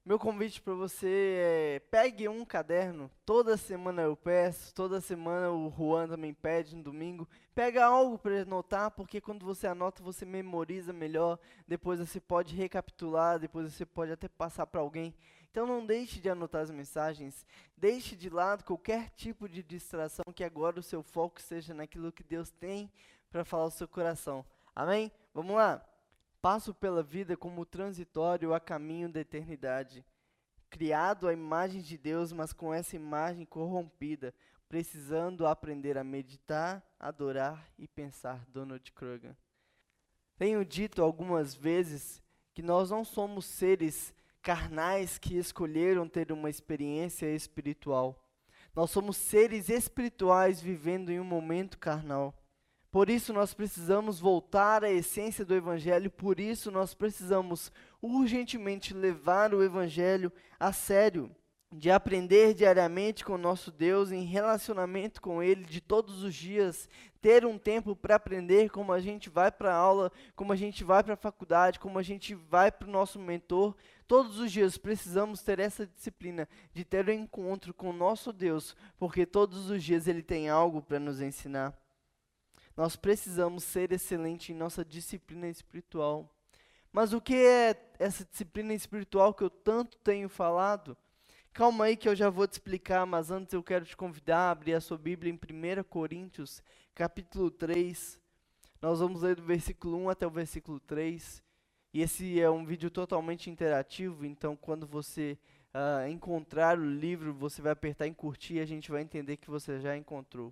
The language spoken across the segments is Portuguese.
Meu convite para você é pegue um caderno. Toda semana eu peço, toda semana o Juan também pede no domingo. Pega algo para anotar, porque quando você anota, você memoriza melhor. Depois você pode recapitular, depois você pode até passar para alguém. Então não deixe de anotar as mensagens. Deixe de lado qualquer tipo de distração, que agora o seu foco seja naquilo que Deus tem para falar ao seu coração. Amém? Vamos lá. Passo pela vida como transitório a caminho da eternidade, criado à imagem de Deus, mas com essa imagem corrompida, precisando aprender a meditar, adorar e pensar. Donald Kruger. Tenho dito algumas vezes que nós não somos seres carnais que escolheram ter uma experiência espiritual. Nós somos seres espirituais vivendo em um momento carnal. Por isso nós precisamos voltar à essência do Evangelho, por isso nós precisamos urgentemente levar o Evangelho a sério, de aprender diariamente com o nosso Deus, em relacionamento com Ele de todos os dias, ter um tempo para aprender, como a gente vai para a aula, como a gente vai para a faculdade, como a gente vai para o nosso mentor. Todos os dias precisamos ter essa disciplina de ter um encontro com o nosso Deus, porque todos os dias Ele tem algo para nos ensinar. Nós precisamos ser excelentes em nossa disciplina espiritual. Mas o que é essa disciplina espiritual que eu tanto tenho falado? Calma aí que eu já vou te explicar, mas antes eu quero te convidar a abrir a sua Bíblia em 1 Coríntios, capítulo 3. Nós vamos ler do versículo 1 até o versículo 3. E esse é um vídeo totalmente interativo, então quando você encontrar o livro, você vai apertar em curtir e a gente vai entender que você já encontrou.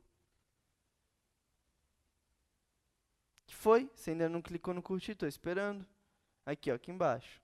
Que foi? Você ainda não clicou no curtir? Estou esperando. Aqui, ó, aqui embaixo.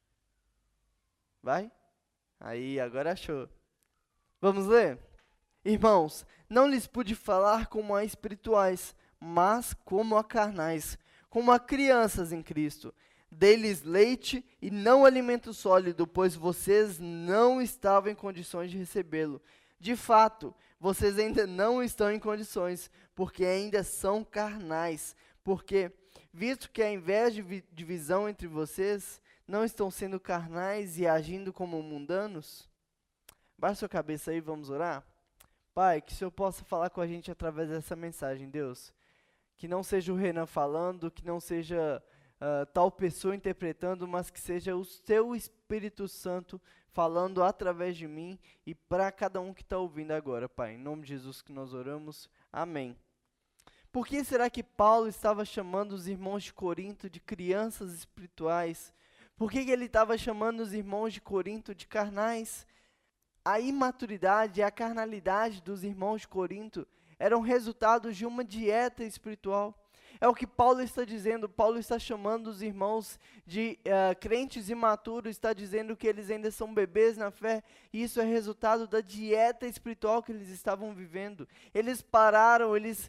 Vai? Aí, agora achou. Vamos ler? Irmãos, não lhes pude falar como a espirituais, mas como a carnais, como a crianças em Cristo. Dei-lhes leite e não alimento sólido, pois vocês não estavam em condições de recebê-lo. De fato, vocês ainda não estão em condições, porque ainda são carnais. Porque, visto que há inveja e divisão entre vocês, não estão sendo carnais e agindo como mundanos? Baixa sua cabeça aí, vamos orar? Pai, que o Senhor possa falar com a gente através dessa mensagem, Deus. Que não seja o Renan falando, que não seja tal pessoa interpretando, mas que seja o Seu Espírito Santo falando através de mim e para cada um que está ouvindo agora, Pai. Em nome de Jesus que nós oramos. Amém. Por que será que Paulo estava chamando os irmãos de Corinto de crianças espirituais? Por que ele estava chamando os irmãos de Corinto de carnais? A imaturidade e a carnalidade dos irmãos de Corinto eram resultados de uma dieta espiritual. É o que Paulo está dizendo. Paulo está chamando os irmãos de crentes imaturos, está dizendo que eles ainda são bebês na fé, e isso é resultado da dieta espiritual que eles estavam vivendo. Eles pararam, eles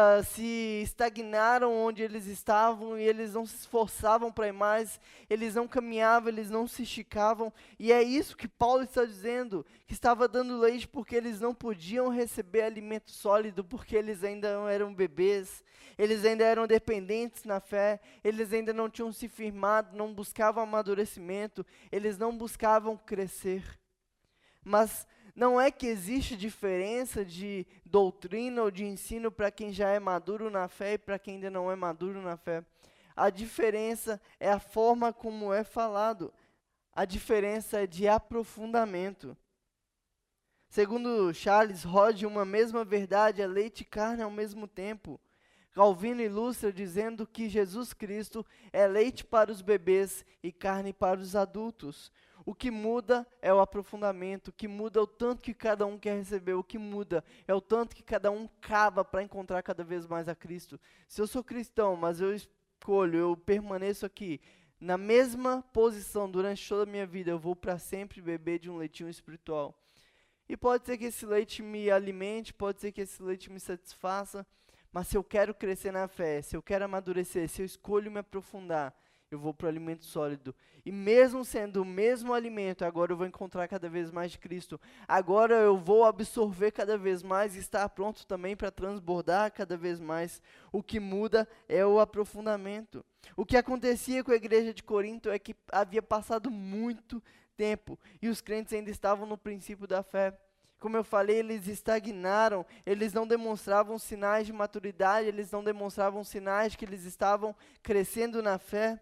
se estagnaram onde eles estavam, e eles não se esforçavam para ir mais, eles não caminhavam, eles não se esticavam, e é isso que Paulo está dizendo, que estava dando leite porque eles não podiam receber alimento sólido, porque eles ainda eram bebês, eles ainda eram dependentes na fé, eles ainda não tinham se firmado, não buscavam amadurecimento, eles não buscavam crescer. Mas não é que existe diferença de doutrina ou de ensino para quem já é maduro na fé e para quem ainda não é maduro na fé. A diferença é a forma como é falado. A diferença é de aprofundamento. Segundo Charles Hodge, uma mesma verdade é leite e carne ao mesmo tempo. Calvino ilustra dizendo que Jesus Cristo é leite para os bebês e carne para os adultos. O que muda é o aprofundamento, o que muda é o tanto que cada um quer receber, o que muda é o tanto que cada um cava para encontrar cada vez mais a Cristo. Se eu sou cristão, mas eu escolho, eu permaneço aqui, na mesma posição durante toda a minha vida, eu vou para sempre beber de um leitinho espiritual. E pode ser que esse leite me alimente, pode ser que esse leite me satisfaça, mas se eu quero crescer na fé, se eu quero amadurecer, se eu escolho me aprofundar, eu vou para o alimento sólido. E mesmo sendo o mesmo alimento, agora eu vou encontrar cada vez mais de Cristo. Agora eu vou absorver cada vez mais e estar pronto também para transbordar cada vez mais. O que muda é o aprofundamento. O que acontecia com a igreja de Corinto é que havia passado muito tempo e os crentes ainda estavam no princípio da fé. Como eu falei, eles estagnaram, eles não demonstravam sinais de maturidade, eles não demonstravam sinais de que eles estavam crescendo na fé.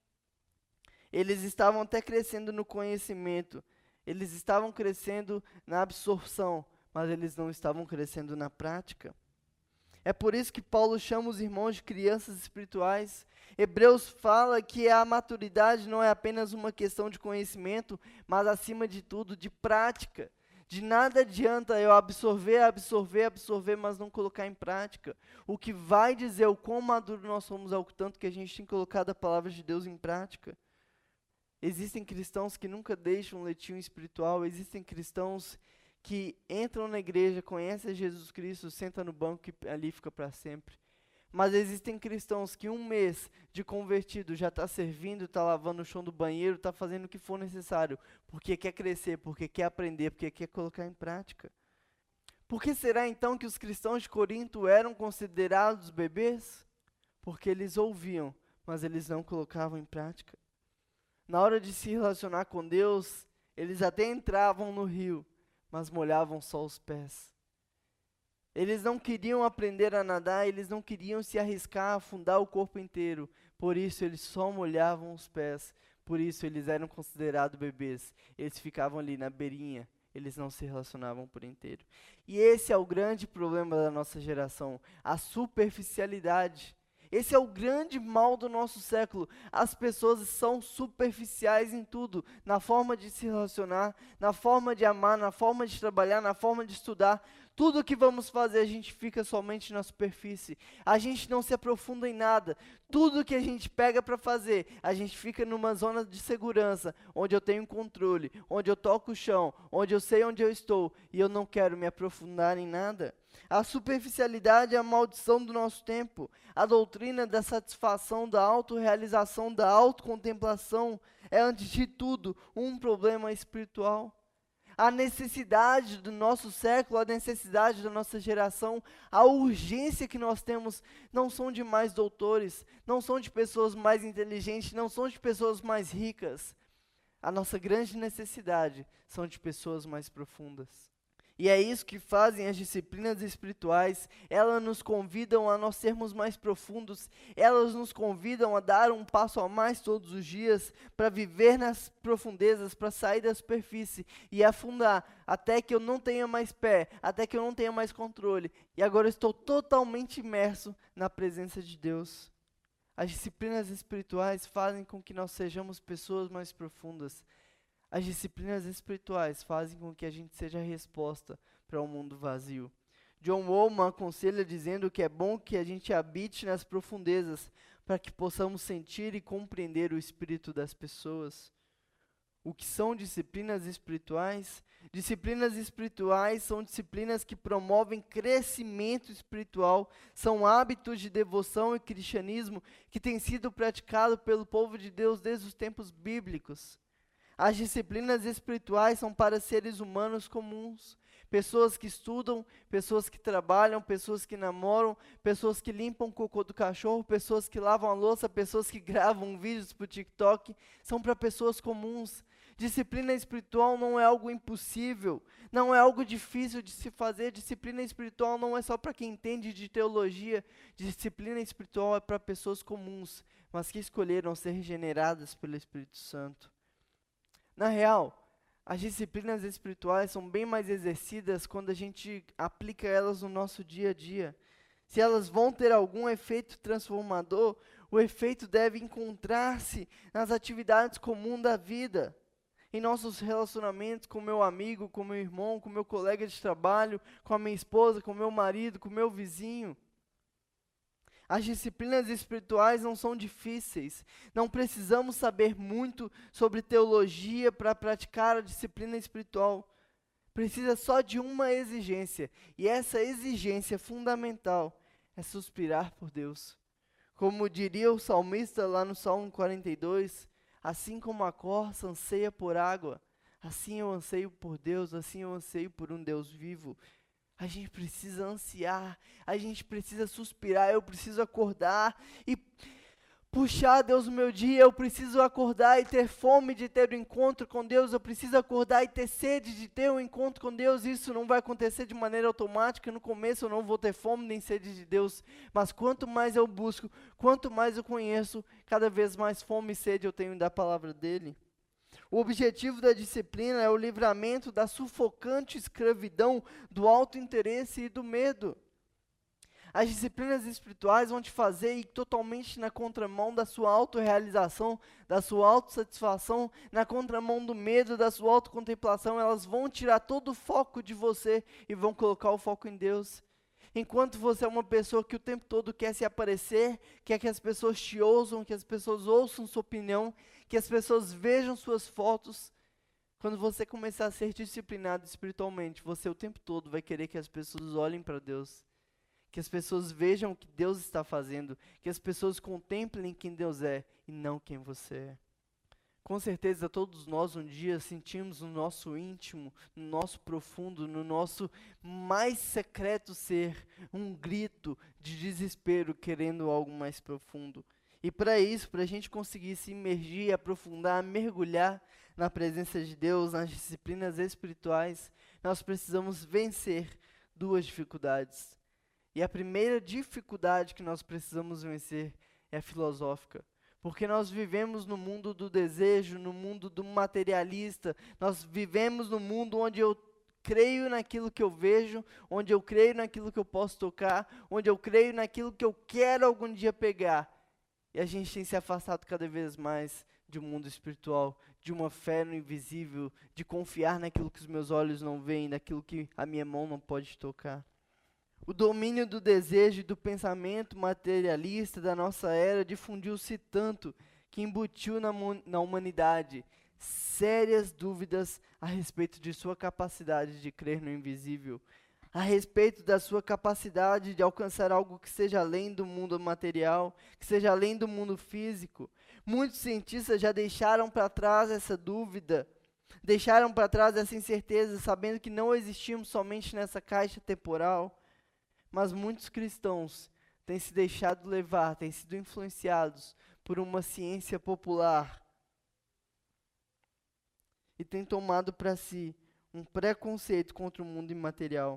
Eles estavam até crescendo no conhecimento, eles estavam crescendo na absorção, mas eles não estavam crescendo na prática. É por isso que Paulo chama os irmãos de crianças espirituais. Hebreus fala que a maturidade não é apenas uma questão de conhecimento, mas acima de tudo de prática. De nada adianta eu absorver, mas não colocar em prática. O que vai dizer o quão maduro nós somos é o tanto que a gente tem colocado a palavra de Deus em prática. Existem cristãos que nunca deixam um leitinho espiritual, existem cristãos que entram na igreja, conhecem Jesus Cristo, sentam no banco e ali fica para sempre. Mas existem cristãos que 1 mês de convertido já está servindo, está lavando o chão do banheiro, está fazendo o que for necessário, porque quer crescer, porque quer aprender, porque quer colocar em prática. Por que será então que os cristãos de Corinto eram considerados bebês? Porque eles ouviam, mas eles não colocavam em prática. Na hora de se relacionar com Deus, eles até entravam no rio, mas molhavam só os pés. Eles não queriam aprender a nadar, eles não queriam se arriscar a afundar o corpo inteiro. Por isso eles só molhavam os pés. Por isso eles eram considerados bebês. Eles ficavam ali na beirinha, eles não se relacionavam por inteiro. E esse é o grande problema da nossa geração, a superficialidade. Esse é o grande mal do nosso século. As pessoas são superficiais em tudo, na forma de se relacionar, na forma de amar, na forma de trabalhar, na forma de estudar. Tudo que vamos fazer, a gente fica somente na superfície. A gente não se aprofunda em nada. Tudo que a gente pega para fazer, a gente fica numa zona de segurança, onde eu tenho controle, onde eu toco o chão, onde eu sei onde eu estou, e eu não quero me aprofundar em nada. A superficialidade é a maldição do nosso tempo. A doutrina da satisfação, da autorrealização, da autocontemplação é, antes de tudo, um problema espiritual. A necessidade do nosso século, a necessidade da nossa geração, a urgência que nós temos, não são de mais doutores, não são de pessoas mais inteligentes, não são de pessoas mais ricas. A nossa grande necessidade são de pessoas mais profundas. E é isso que fazem as disciplinas espirituais. Elas nos convidam a nós sermos mais profundos, elas nos convidam a dar um passo a mais todos os dias, para viver nas profundezas, para sair da superfície e afundar, até que eu não tenha mais pé, até que eu não tenha mais controle. E agora eu estou totalmente imerso na presença de Deus. As disciplinas espirituais fazem com que nós sejamos pessoas mais profundas. As disciplinas espirituais fazem com que a gente seja a resposta para um mundo vazio. John Woolman aconselha dizendo que é bom que a gente habite nas profundezas para que possamos sentir e compreender o espírito das pessoas. O que são disciplinas espirituais? Disciplinas espirituais são disciplinas que promovem crescimento espiritual, são hábitos de devoção e cristianismo que têm sido praticados pelo povo de Deus desde os tempos bíblicos. As disciplinas espirituais são para seres humanos comuns, pessoas que estudam, pessoas que trabalham, pessoas que namoram, pessoas que limpam o cocô do cachorro, pessoas que lavam a louça, pessoas que gravam vídeos para o TikTok, são para pessoas comuns. Disciplina espiritual não é algo impossível, não é algo difícil de se fazer. Disciplina espiritual não é só para quem entende de teologia. Disciplina espiritual é para pessoas comuns, mas que escolheram ser regeneradas pelo Espírito Santo. Na real, as disciplinas espirituais são bem mais exercidas quando a gente aplica elas no nosso dia a dia. Se elas vão ter algum efeito transformador, o efeito deve encontrar-se nas atividades comuns da vida, em nossos relacionamentos com meu amigo, com meu irmão, com meu colega de trabalho, com a minha esposa, com meu marido, com meu vizinho. As disciplinas espirituais não são difíceis. Não precisamos saber muito sobre teologia para praticar a disciplina espiritual. Precisa só de uma exigência. E essa exigência fundamental é suspirar por Deus. Como diria o salmista lá no Salmo 42, assim como a corça anseia por água, assim eu anseio por Deus, assim eu anseio por um Deus vivo. A gente precisa ansiar, a gente precisa suspirar, eu preciso acordar e puxar, Deus, o meu dia, eu preciso acordar e ter fome de ter um encontro com Deus, eu preciso acordar e ter sede de ter um encontro com Deus. Isso não vai acontecer de maneira automática, no começo eu não vou ter fome nem sede de Deus, mas quanto mais eu busco, quanto mais eu conheço, cada vez mais fome e sede eu tenho da palavra dEle. O objetivo da disciplina é o livramento da sufocante escravidão do autointeresse e do medo. As disciplinas espirituais vão te fazer ir totalmente na contramão da sua autorrealização, da sua autossatisfação, na contramão do medo, da sua autocontemplação. Elas vão tirar todo o foco de você e vão colocar o foco em Deus. Enquanto você é uma pessoa que o tempo todo quer se aparecer, quer que as pessoas te ouçam, que as pessoas ouçam sua opinião, que as pessoas vejam suas fotos, quando você começar a ser disciplinado espiritualmente, você o tempo todo vai querer que as pessoas olhem para Deus. Que as pessoas vejam o que Deus está fazendo, que as pessoas contemplem quem Deus é e não quem você é. Com certeza todos nós um dia sentimos no nosso íntimo, no nosso profundo, no nosso mais secreto ser, um grito de desespero querendo algo mais profundo. E para isso, para a gente conseguir se imergir, aprofundar, mergulhar na presença de Deus, nas disciplinas espirituais, nós precisamos vencer duas dificuldades. E a primeira dificuldade que nós precisamos vencer é a filosófica. Porque nós vivemos no mundo do desejo, no mundo do materialista, nós vivemos no mundo onde eu creio naquilo que eu vejo, onde eu creio naquilo que eu posso tocar, onde eu creio naquilo que eu quero algum dia pegar. E a gente tem se afastado cada vez mais de um mundo espiritual, de uma fé no invisível, de confiar naquilo que os meus olhos não veem, naquilo que a minha mão não pode tocar. O domínio do desejo e do pensamento materialista da nossa era difundiu-se tanto que embutiu na humanidade sérias dúvidas a respeito de sua capacidade de crer no invisível, a respeito da sua capacidade de alcançar algo que seja além do mundo material, que seja além do mundo físico. Muitos cientistas já deixaram para trás essa dúvida, deixaram para trás essa incerteza, sabendo que não existimos somente nessa caixa temporal. Mas muitos cristãos têm se deixado levar, têm sido influenciados por uma ciência popular e têm tomado para si um preconceito contra o mundo imaterial.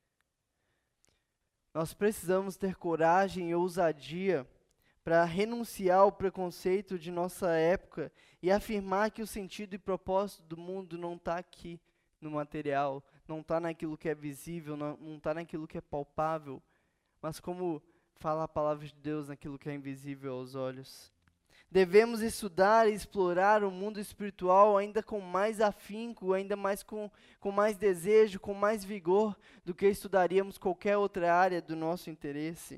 Nós precisamos ter coragem e ousadia para renunciar ao preconceito de nossa época e afirmar que o sentido e propósito do mundo não está aqui no material, não está naquilo que é visível, não está naquilo que é palpável, mas como fala a palavra de Deus, naquilo que é invisível aos olhos. Devemos estudar e explorar o mundo espiritual ainda com mais afinco, ainda mais com mais desejo, com mais vigor do que estudaríamos qualquer outra área do nosso interesse.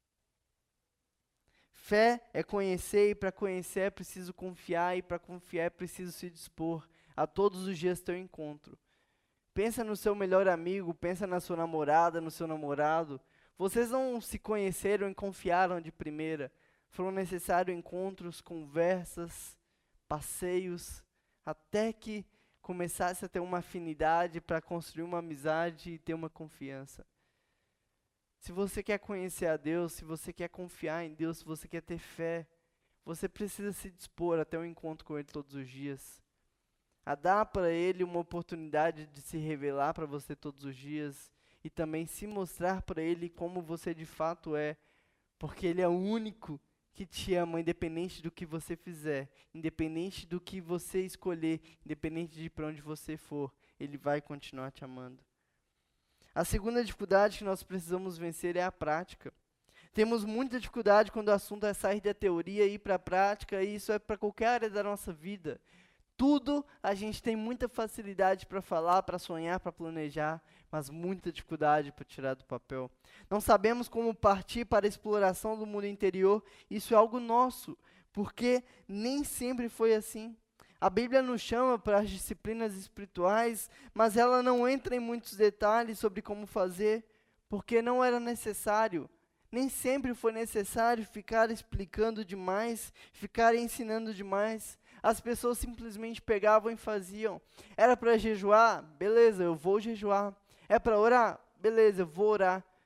Fé é conhecer, e para conhecer é preciso confiar, e para confiar é preciso se dispor a todos os dias ter um encontro. Pensa no seu melhor amigo, pensa na sua namorada, no seu namorado. Vocês não se conheceram e confiaram de primeira. Foram necessários encontros, conversas, passeios, até que começasse a ter uma afinidade para construir uma amizade e ter uma confiança. Se você quer conhecer a Deus, se você quer confiar em Deus, se você quer ter fé, você precisa se dispor a ter um encontro com Ele todos os dias. A dar para Ele uma oportunidade de se revelar para você todos os dias e também se mostrar para Ele como você de fato é, porque Ele é o único que te ama, independente do que você fizer, independente do que você escolher, independente de para onde você for, Ele vai continuar te amando. A segunda dificuldade que nós precisamos vencer é a prática. Temos muita dificuldade quando o assunto é sair da teoria e ir para a prática, e isso é para qualquer área da nossa vida. Tudo a gente tem muita facilidade para falar, para sonhar, para planejar, mas muita dificuldade para tirar do papel. Não sabemos como partir para a exploração do mundo interior, isso é algo nosso, porque nem sempre foi assim. A Bíblia nos chama para as disciplinas espirituais, mas ela não entra em muitos detalhes sobre como fazer, porque não era necessário. Nem sempre foi necessário ficar explicando demais, ficar ensinando demais. As pessoas simplesmente pegavam e faziam. Era para jejuar? Beleza, eu vou jejuar. É para orar? Beleza, eu vou orar.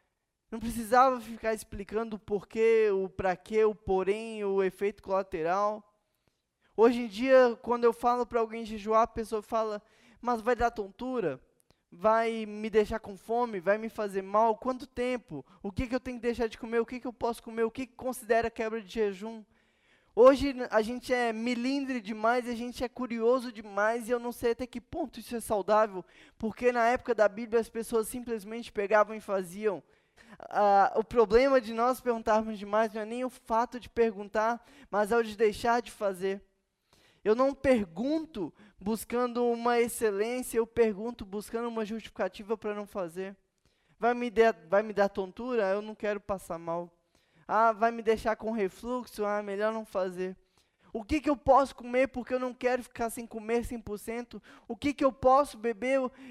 Não precisava ficar explicando o porquê, o pra quê, o porém, o efeito colateral. Hoje em dia, quando eu falo para alguém jejuar, a pessoa fala, mas vai dar tontura? Vai me deixar com fome? Vai me fazer mal? Quanto tempo? O que eu tenho que deixar de comer? O que eu posso comer? O que considera quebra de jejum? Hoje a gente é milindre demais, a gente é curioso demais e eu não sei até que ponto isso é saudável, porque na época da Bíblia as pessoas simplesmente pegavam e faziam. O problema de nós perguntarmos demais não é nem o fato de perguntar, mas é o de deixar de fazer. Eu não pergunto buscando uma excelência, eu pergunto buscando uma justificativa para não fazer. Vai me dar tontura? Eu não quero passar mal. Ah, vai me deixar com refluxo? Ah, melhor não fazer. O que eu posso comer porque eu não quero ficar sem comer 100%? O que eu posso beber?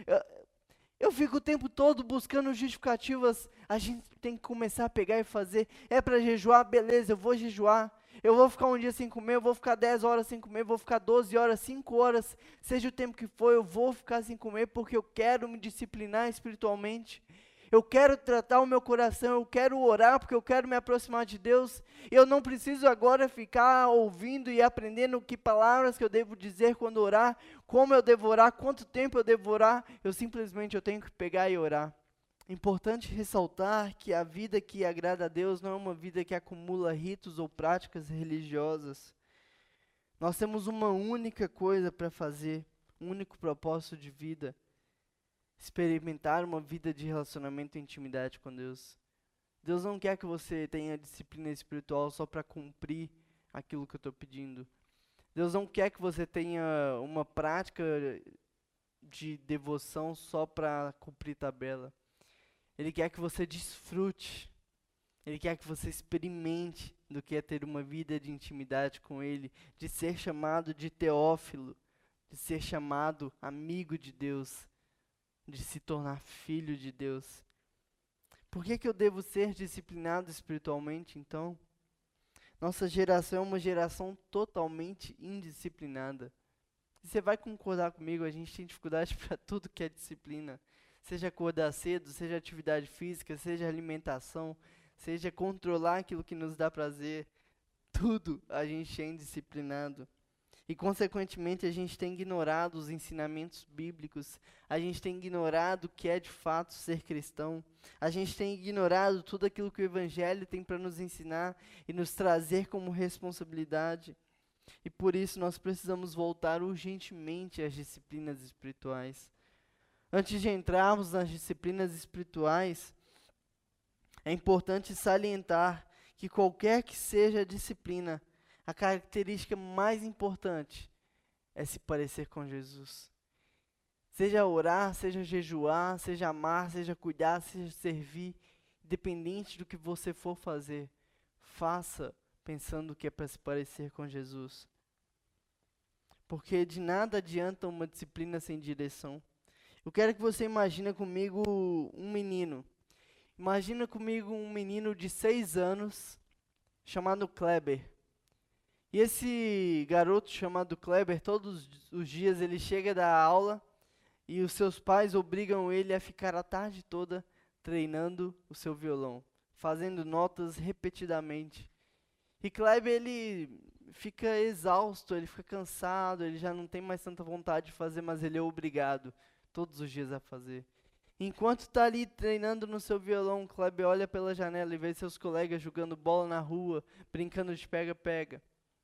Eu fico o tempo todo buscando justificativas. A gente tem que começar a pegar e fazer. É para jejuar? Beleza, eu vou jejuar. Eu vou ficar um dia sem comer, eu vou ficar 10 horas sem comer, eu vou ficar 12 horas, 5 horas, seja o tempo que for, eu vou ficar sem comer porque eu quero me disciplinar espiritualmente. Eu quero tratar o meu coração, eu quero orar porque eu quero me aproximar de Deus. Eu não preciso agora ficar ouvindo e aprendendo que palavras que eu devo dizer quando orar, como eu devo orar, quanto tempo eu devo orar. Eu tenho que pegar e orar. Importante ressaltar que a vida que agrada a Deus não é uma vida que acumula ritos ou práticas religiosas. Nós temos uma única coisa para fazer, um único propósito de vida: experimentar uma vida de relacionamento e intimidade com Deus. Deus não quer que você tenha disciplina espiritual só para cumprir aquilo que eu estou pedindo. Deus não quer que você tenha uma prática de devoção só para cumprir tabela. Ele quer que você desfrute. Ele quer que você experimente do que é ter uma vida de intimidade com Ele, de ser chamado de Teófilo, de ser chamado amigo de Deus, de se tornar filho de Deus. Por que eu devo ser disciplinado espiritualmente, então? Nossa geração é uma geração totalmente indisciplinada. E você vai concordar comigo, a gente tem dificuldade para tudo que é disciplina. Seja acordar cedo, seja atividade física, seja alimentação, seja controlar aquilo que nos dá prazer. Tudo a gente é indisciplinado. E, consequentemente, a gente tem ignorado os ensinamentos bíblicos, a gente tem ignorado o que é de fato ser cristão, a gente tem ignorado tudo aquilo que o Evangelho tem para nos ensinar e nos trazer como responsabilidade. E por isso nós precisamos voltar urgentemente às disciplinas espirituais. Antes de entrarmos nas disciplinas espirituais, é importante salientar que qualquer que seja a disciplina, a característica mais importante é se parecer com Jesus. Seja orar, seja jejuar, seja amar, seja cuidar, seja servir, independente do que você for fazer, faça pensando que é para se parecer com Jesus. Porque de nada adianta uma disciplina sem direção. Eu quero que você imagine comigo um menino. Imagina comigo um menino de 6 anos, chamado Kleber. E esse garoto chamado Kleber, todos os dias ele chega da aula e os seus pais obrigam ele a ficar a tarde toda treinando o seu violão, fazendo notas repetidamente. E Kleber, ele fica exausto, ele fica cansado, ele já não tem mais tanta vontade de fazer, mas ele é obrigado todos os dias a fazer. Enquanto está ali treinando no seu violão, Kleber olha pela janela e vê seus colegas jogando bola na rua, brincando de pega-pega.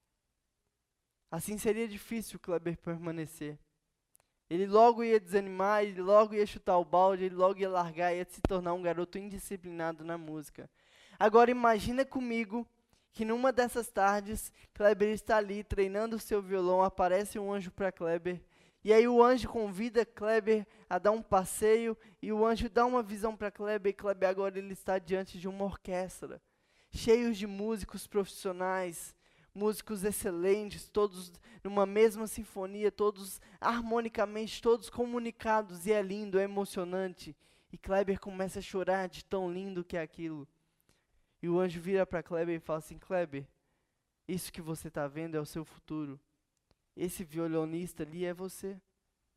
Assim seria difícil Kleber permanecer. Ele logo ia desanimar, ele logo ia chutar o balde, ele logo ia largar, ia se tornar um garoto indisciplinado na música. Agora imagina comigo que numa dessas tardes, Kleber está ali treinando o seu violão, aparece um anjo para Kleber, e aí o anjo convida Kleber a dar um passeio, e o anjo dá uma visão para Kleber, e Kleber agora ele está diante de uma orquestra, cheios de músicos profissionais, músicos excelentes, todos numa mesma sinfonia, todos harmonicamente, todos comunicados, e é lindo, é emocionante. E Kleber começa a chorar de tão lindo que é aquilo. E o anjo vira para Kleber e fala assim: Kleber, isso que você está vendo é o seu futuro. Esse violonista ali é você.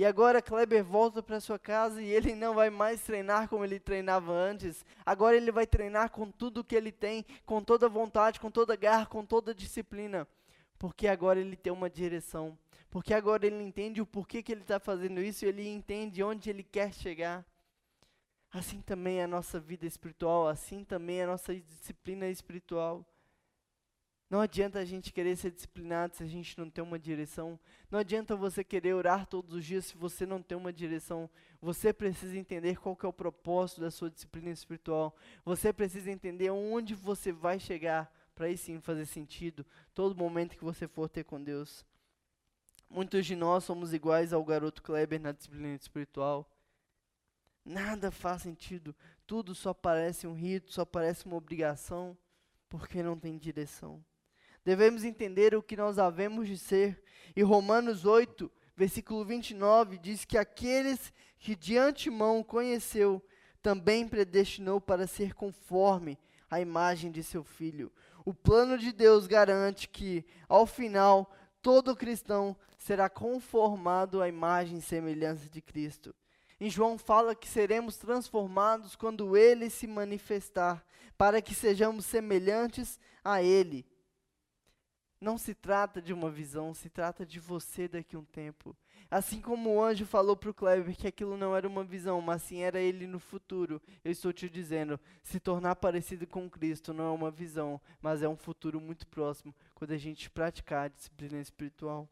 E agora Kleber volta para sua casa e ele não vai mais treinar como ele treinava antes. Agora ele vai treinar com tudo que ele tem, com toda vontade, com toda garra, com toda disciplina. Porque agora ele tem uma direção. Porque agora ele entende o porquê que ele está fazendo isso e ele entende onde ele quer chegar. Assim também é a nossa vida espiritual, assim também é a nossa disciplina espiritual. Não adianta a gente querer ser disciplinado se a gente não tem uma direção. Não adianta você querer orar todos os dias se você não tem uma direção. Você precisa entender qual que é o propósito da sua disciplina espiritual. Você precisa entender onde você vai chegar para aí sim fazer sentido todo momento que você for ter com Deus. Muitos de nós somos iguais ao garoto Kleber na disciplina espiritual. Nada faz sentido. Tudo só parece um rito, só parece uma obrigação, porque não tem direção. Devemos entender o que nós havemos de ser. E Romanos 8, versículo 29, diz que aqueles que de antemão conheceu, também predestinou para ser conforme a imagem de seu Filho. O plano de Deus garante que, ao final, todo cristão será conformado à imagem e semelhança de Cristo. Em João fala que seremos transformados quando Ele se manifestar, para que sejamos semelhantes a Ele. Não se trata de uma visão, se trata de você daqui a um tempo. Assim como o anjo falou para o Kleber que aquilo não era uma visão, mas sim era ele no futuro. Eu estou te dizendo, se tornar parecido com Cristo não é uma visão, mas é um futuro muito próximo, quando a gente praticar a disciplina espiritual.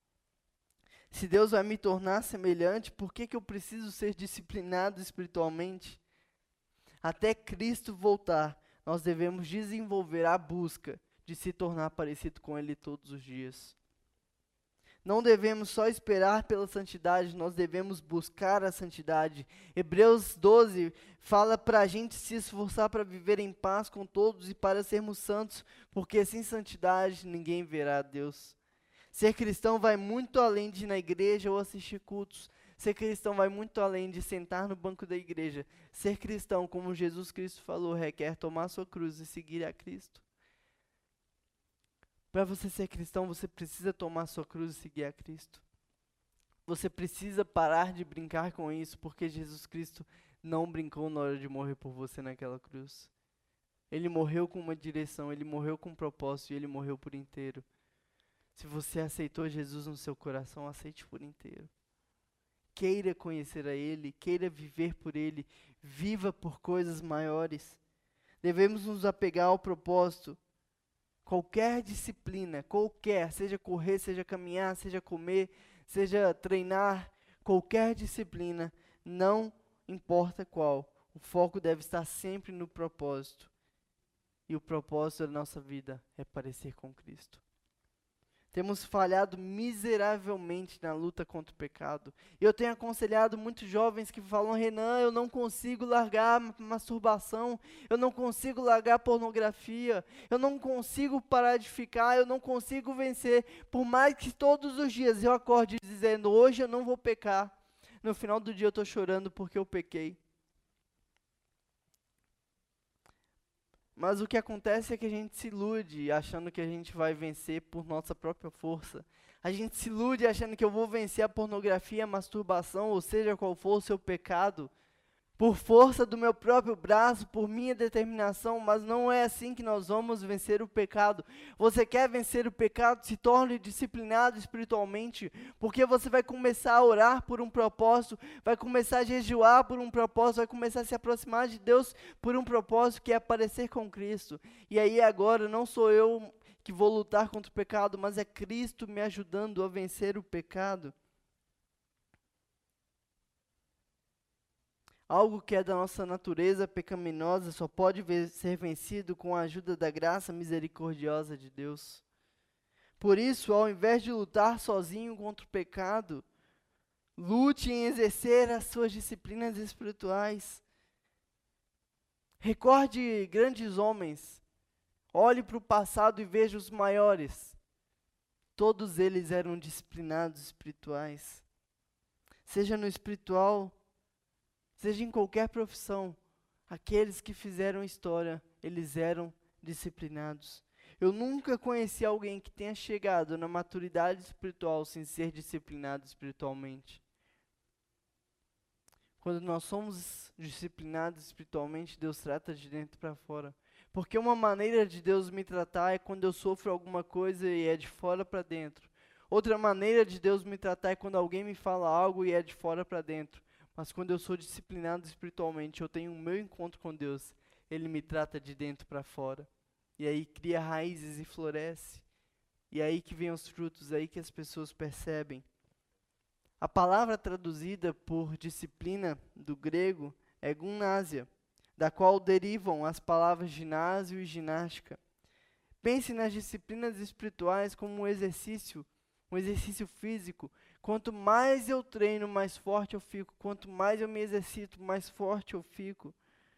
Se Deus vai me tornar semelhante, por que eu preciso ser disciplinado espiritualmente? Até Cristo voltar, nós devemos desenvolver a busca de se tornar parecido com Ele todos os dias. Não devemos só esperar pela santidade, nós devemos buscar a santidade. Hebreus 12 fala para a gente se esforçar para viver em paz com todos e para sermos santos, porque sem santidade ninguém verá a Deus. Ser cristão vai muito além de ir na igreja ou assistir cultos. Ser cristão vai muito além de sentar no banco da igreja. Ser cristão, como Jesus Cristo falou, requer tomar sua cruz e seguir a Cristo. Para você ser cristão, você precisa tomar sua cruz e seguir a Cristo. Você precisa parar de brincar com isso, porque Jesus Cristo não brincou na hora de morrer por você naquela cruz. Ele morreu com uma direção, ele morreu com um propósito e ele morreu por inteiro. Se você aceitou Jesus no seu coração, aceite por inteiro. Queira conhecer a Ele, queira viver por Ele, viva por coisas maiores. Devemos nos apegar ao propósito. Qualquer disciplina, seja correr, seja caminhar, seja comer, seja treinar, qualquer disciplina, não importa qual, o foco deve estar sempre no propósito. E o propósito da nossa vida é parecer com Cristo. Temos falhado miseravelmente na luta contra o pecado. Eu tenho aconselhado muitos jovens que falam: Renan, eu não consigo largar masturbação, eu não consigo largar pornografia, eu não consigo parar de ficar, eu não consigo vencer. Por mais que todos os dias eu acorde dizendo: hoje eu não vou pecar. No final do dia eu estou chorando porque eu pequei. Mas o que acontece é que a gente se ilude achando que a gente vai vencer por nossa própria força. A gente se ilude achando que eu vou vencer a pornografia, a masturbação, ou seja qual for o seu pecado, por força do meu próprio braço, por minha determinação, mas não é assim que nós vamos vencer o pecado. Você quer vencer o pecado? Se torne disciplinado espiritualmente, porque você vai começar a orar por um propósito, vai começar a jejuar por um propósito, vai começar a se aproximar de Deus por um propósito que é parecer com Cristo. E aí agora não sou eu que vou lutar contra o pecado, mas é Cristo me ajudando a vencer o pecado. Algo que é da nossa natureza pecaminosa só pode ser vencido com a ajuda da graça misericordiosa de Deus. Por isso, ao invés de lutar sozinho contra o pecado, lute em exercer as suas disciplinas espirituais. Recorde grandes homens. Olhe para o passado e veja os maiores. Todos eles eram disciplinados espirituais. Seja no espiritual, seja em qualquer profissão, aqueles que fizeram história, eles eram disciplinados. Eu nunca conheci alguém que tenha chegado na maturidade espiritual sem ser disciplinado espiritualmente. Quando nós somos disciplinados espiritualmente, Deus trata de dentro para fora. Porque uma maneira de Deus me tratar é quando eu sofro alguma coisa e é de fora para dentro. Outra maneira de Deus me tratar é quando alguém me fala algo e é de fora para dentro. Mas quando eu sou disciplinado espiritualmente, eu tenho o meu encontro com Deus, Ele me trata de dentro para fora. E aí cria raízes e floresce. E aí que vem os frutos, aí que as pessoas percebem. A palavra traduzida por disciplina do grego é gymnasia, da qual derivam as palavras ginásio e ginástica. Pense nas disciplinas espirituais como um exercício físico. Quanto mais eu treino, mais forte eu fico. Quanto mais eu me exercito, mais forte eu fico.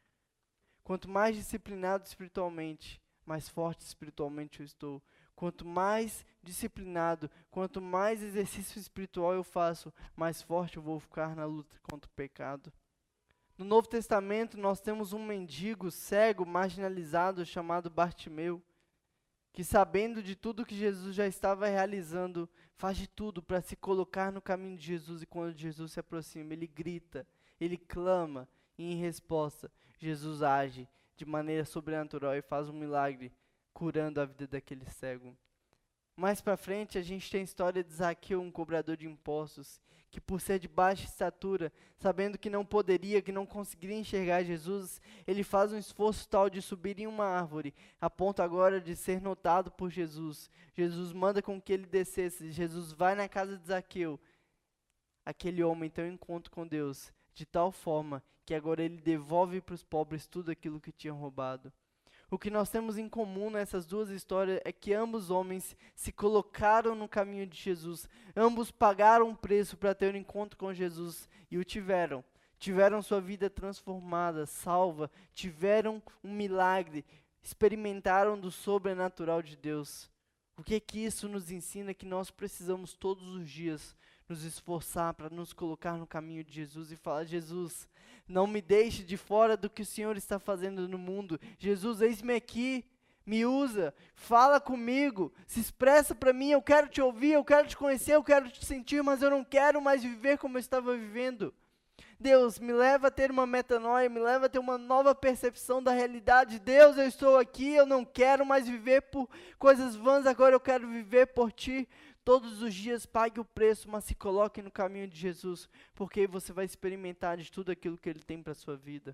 Quanto mais disciplinado espiritualmente, mais forte espiritualmente eu estou. Quanto mais disciplinado, quanto mais exercício espiritual eu faço, mais forte eu vou ficar na luta contra o pecado. No Novo Testamento, nós temos um mendigo cego, marginalizado, chamado Bartimeu, que sabendo de tudo que Jesus já estava realizando, faz de tudo para se colocar no caminho de Jesus, e quando Jesus se aproxima, ele grita, ele clama, e em resposta, Jesus age de maneira sobrenatural e faz um milagre, curando a vida daquele cego. Mais para frente, a gente tem a história de Zaqueu, um cobrador de impostos, que por ser de baixa estatura, sabendo que não poderia, que não conseguiria enxergar Jesus, ele faz um esforço tal de subir em uma árvore, a ponto agora de ser notado por Jesus. Jesus manda com que ele descesse, Jesus vai na casa de Zaqueu. Aquele homem tem um encontro com Deus, de tal forma que agora ele devolve para os pobres tudo aquilo que tinham roubado. O que nós temos em comum nessas duas histórias é que ambos homens se colocaram no caminho de Jesus. Ambos pagaram um preço para ter um encontro com Jesus e o tiveram. Tiveram sua vida transformada, salva, tiveram um milagre, experimentaram do sobrenatural de Deus. O que é que isso nos ensina? Que nós precisamos todos os dias nos esforçar para nos colocar no caminho de Jesus e falar: Jesus, não me deixe de fora do que o Senhor está fazendo no mundo. Jesus, eis-me aqui, me usa, fala comigo, se expressa para mim, eu quero te ouvir, eu quero te conhecer, eu quero te sentir, mas eu não quero mais viver como eu estava vivendo. Deus, me leva a ter uma metanoia, me leva a ter uma nova percepção da realidade. Deus, eu estou aqui, eu não quero mais viver por coisas vãs, agora eu quero viver por Ti. Todos os dias pague o preço, mas se coloque no caminho de Jesus, porque você vai experimentar de tudo aquilo que Ele tem para a sua vida.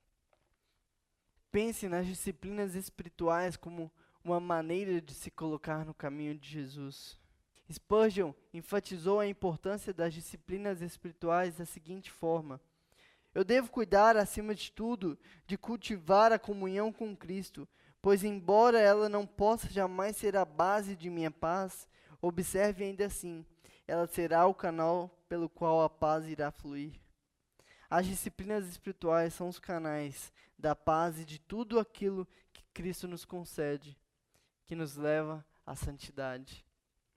Pense nas disciplinas espirituais como uma maneira de se colocar no caminho de Jesus. Spurgeon enfatizou a importância das disciplinas espirituais da seguinte forma: eu devo cuidar, acima de tudo, de cultivar a comunhão com Cristo, pois embora ela não possa jamais ser a base de minha paz, observe ainda assim, ela será o canal pelo qual a paz irá fluir. As disciplinas espirituais são os canais da paz e de tudo aquilo que Cristo nos concede, que nos leva à santidade.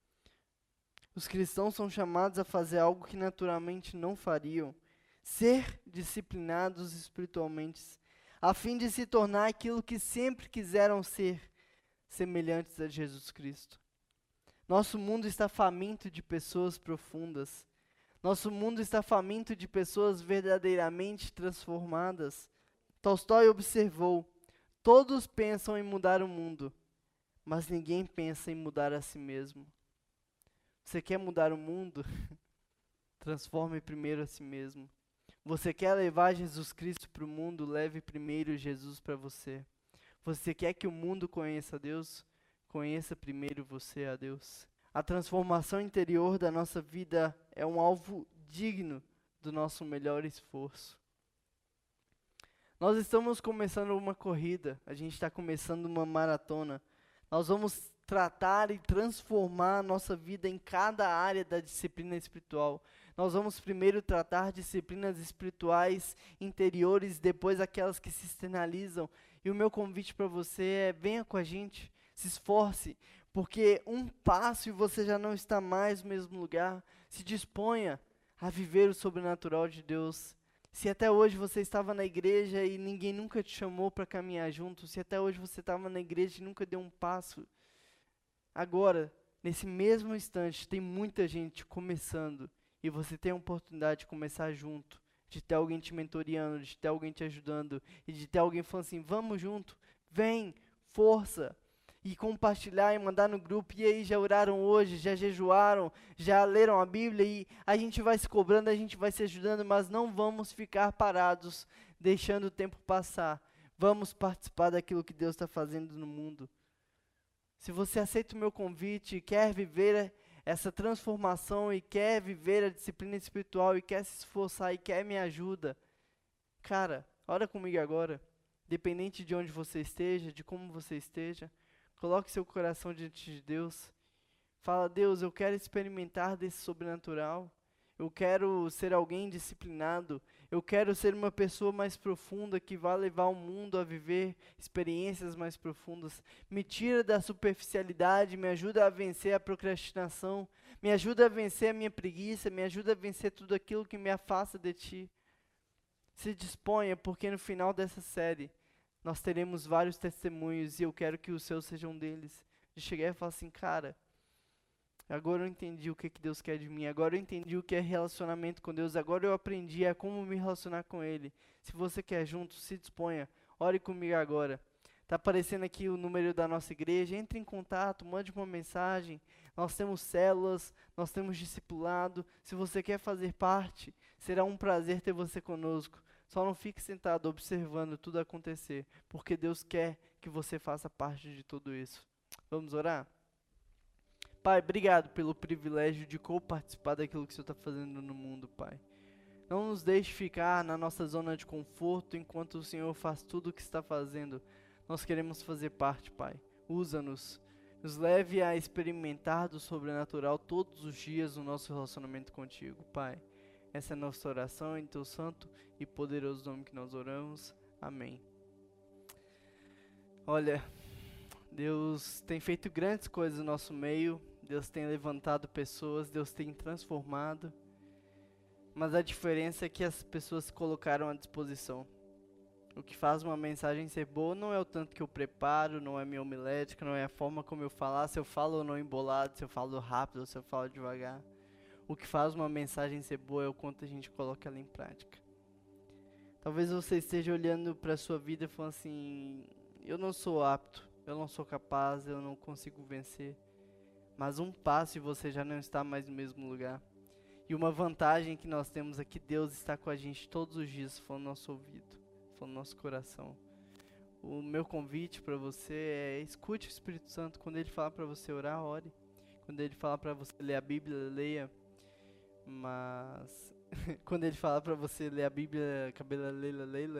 Os cristãos são chamados a fazer algo que naturalmente não fariam, ser disciplinados espiritualmente, a fim de se tornar aquilo que sempre quiseram ser, semelhantes a Jesus Cristo. Nosso mundo está faminto de pessoas profundas. Nosso mundo está faminto de pessoas verdadeiramente transformadas. Tolstói observou: todos pensam em mudar o mundo, mas ninguém pensa em mudar a si mesmo. Você quer mudar o mundo? Transforme primeiro a si mesmo. Você quer levar Jesus Cristo para o mundo? Leve primeiro Jesus para você. Você quer que o mundo conheça a Deus? Conheça primeiro você a Deus. A transformação interior da nossa vida é um alvo digno do nosso melhor esforço. Nós estamos começando uma corrida, a gente está começando uma maratona. Nós vamos tratar e transformar a nossa vida em cada área da disciplina espiritual. Nós vamos primeiro tratar disciplinas espirituais interiores, depois aquelas que se externalizam. E o meu convite para você é: venha com a gente, se esforce, porque um passo e você já não está mais no mesmo lugar. Se disponha a viver o sobrenatural de Deus. Se até hoje você estava na igreja e ninguém nunca te chamou para caminhar junto, se até hoje você estava na igreja e nunca deu um passo, agora, nesse mesmo instante, tem muita gente começando e você tem a oportunidade de começar junto, de ter alguém te mentoreando, de ter alguém te ajudando e de ter alguém falando assim, vamos junto, vem, força. E compartilhar e mandar no grupo, e aí já oraram hoje, já jejuaram, já leram a Bíblia, e a gente vai se cobrando, a gente vai se ajudando, mas não vamos ficar parados, deixando o tempo passar. Vamos participar daquilo que Deus está fazendo no mundo. Se você aceita o meu convite e quer viver essa transformação, e quer viver a disciplina espiritual, e quer se esforçar, e quer me ajuda, cara, ora comigo agora, dependente de onde você esteja, de como você esteja, coloque seu coração diante de Deus. Fala, Deus, eu quero experimentar desse sobrenatural. Eu quero ser alguém disciplinado. Eu quero ser uma pessoa mais profunda que vai levar o mundo a viver experiências mais profundas. Me tira da superficialidade, me ajuda a vencer a procrastinação. Me ajuda a vencer a minha preguiça, me ajuda a vencer tudo aquilo que me afasta de Ti. Se disponha, porque no final dessa série nós teremos vários testemunhos e eu quero que os seus sejam um deles. De chegar e falar assim, cara, agora eu entendi o que Deus quer de mim, agora eu entendi o que é relacionamento com Deus, agora eu aprendi a como me relacionar com Ele. Se você quer junto, se disponha, ore comigo agora. Está aparecendo aqui o número da nossa igreja, entre em contato, mande uma mensagem. Nós temos células, nós temos discipulado. Se você quer fazer parte, será um prazer ter você conosco. Só não fique sentado observando tudo acontecer, porque Deus quer que você faça parte de tudo isso. Vamos orar? Pai, obrigado pelo privilégio de co-participar daquilo que o Senhor está fazendo no mundo, Pai. Não nos deixe ficar na nossa zona de conforto enquanto o Senhor faz tudo o que está fazendo. Nós queremos fazer parte, Pai. Usa-nos. Nos leve a experimentar do sobrenatural todos os dias no nosso relacionamento contigo, Pai. Essa é a nossa oração em Teu santo e poderoso nome que nós oramos. Amém. Olha, Deus tem feito grandes coisas no nosso meio. Deus tem levantado pessoas, Deus tem transformado. Mas a diferença é que as pessoas se colocaram à disposição. O que faz uma mensagem ser boa não é o tanto que eu preparo, não é minha homilética, não é a forma como eu falar, se eu falo ou não embolado, se eu falo rápido ou se eu falo devagar. O que faz uma mensagem ser boa é o quanto a gente coloca ela em prática. Talvez você esteja olhando para a sua vida e falando assim, eu não sou apto, eu não sou capaz, eu não consigo vencer. Mas um passo e você já não está mais no mesmo lugar. E uma vantagem que nós temos é que Deus está com a gente todos os dias, falando no nosso ouvido, falando no nosso coração. O meu convite para você é escute o Espírito Santo. Quando Ele falar para você orar, ore. Quando Ele falar para você ler a Bíblia, leia. Mas quando Ele falar para você ler a Bíblia, cabela leila.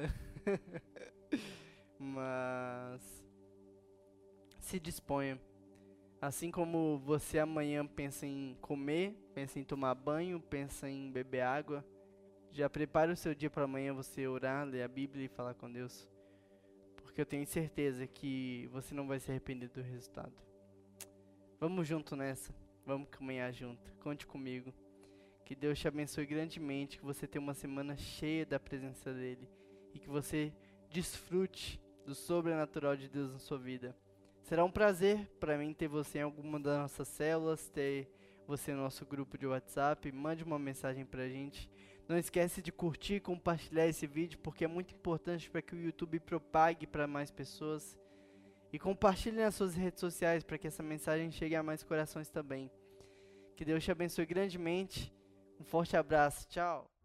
Mas se disponha. Assim como você amanhã pensa em comer, pensa em tomar banho, pensa em beber água, já prepare o seu dia para amanhã você orar, ler a Bíblia e falar com Deus. Porque eu tenho certeza que você não vai se arrepender do resultado. Vamos junto nessa, vamos caminhar junto, conte comigo. Que Deus te abençoe grandemente, que você tenha uma semana cheia da presença dEle e que você desfrute do sobrenatural de Deus na sua vida. Será um prazer para mim ter você em alguma das nossas células, ter você no nosso grupo de WhatsApp. Mande uma mensagem para a gente. Não esquece de curtir e compartilhar esse vídeo, porque é muito importante para que o YouTube propague para mais pessoas. E compartilhe nas suas redes sociais para que essa mensagem chegue a mais corações também. Que Deus te abençoe grandemente. Um forte abraço. Tchau.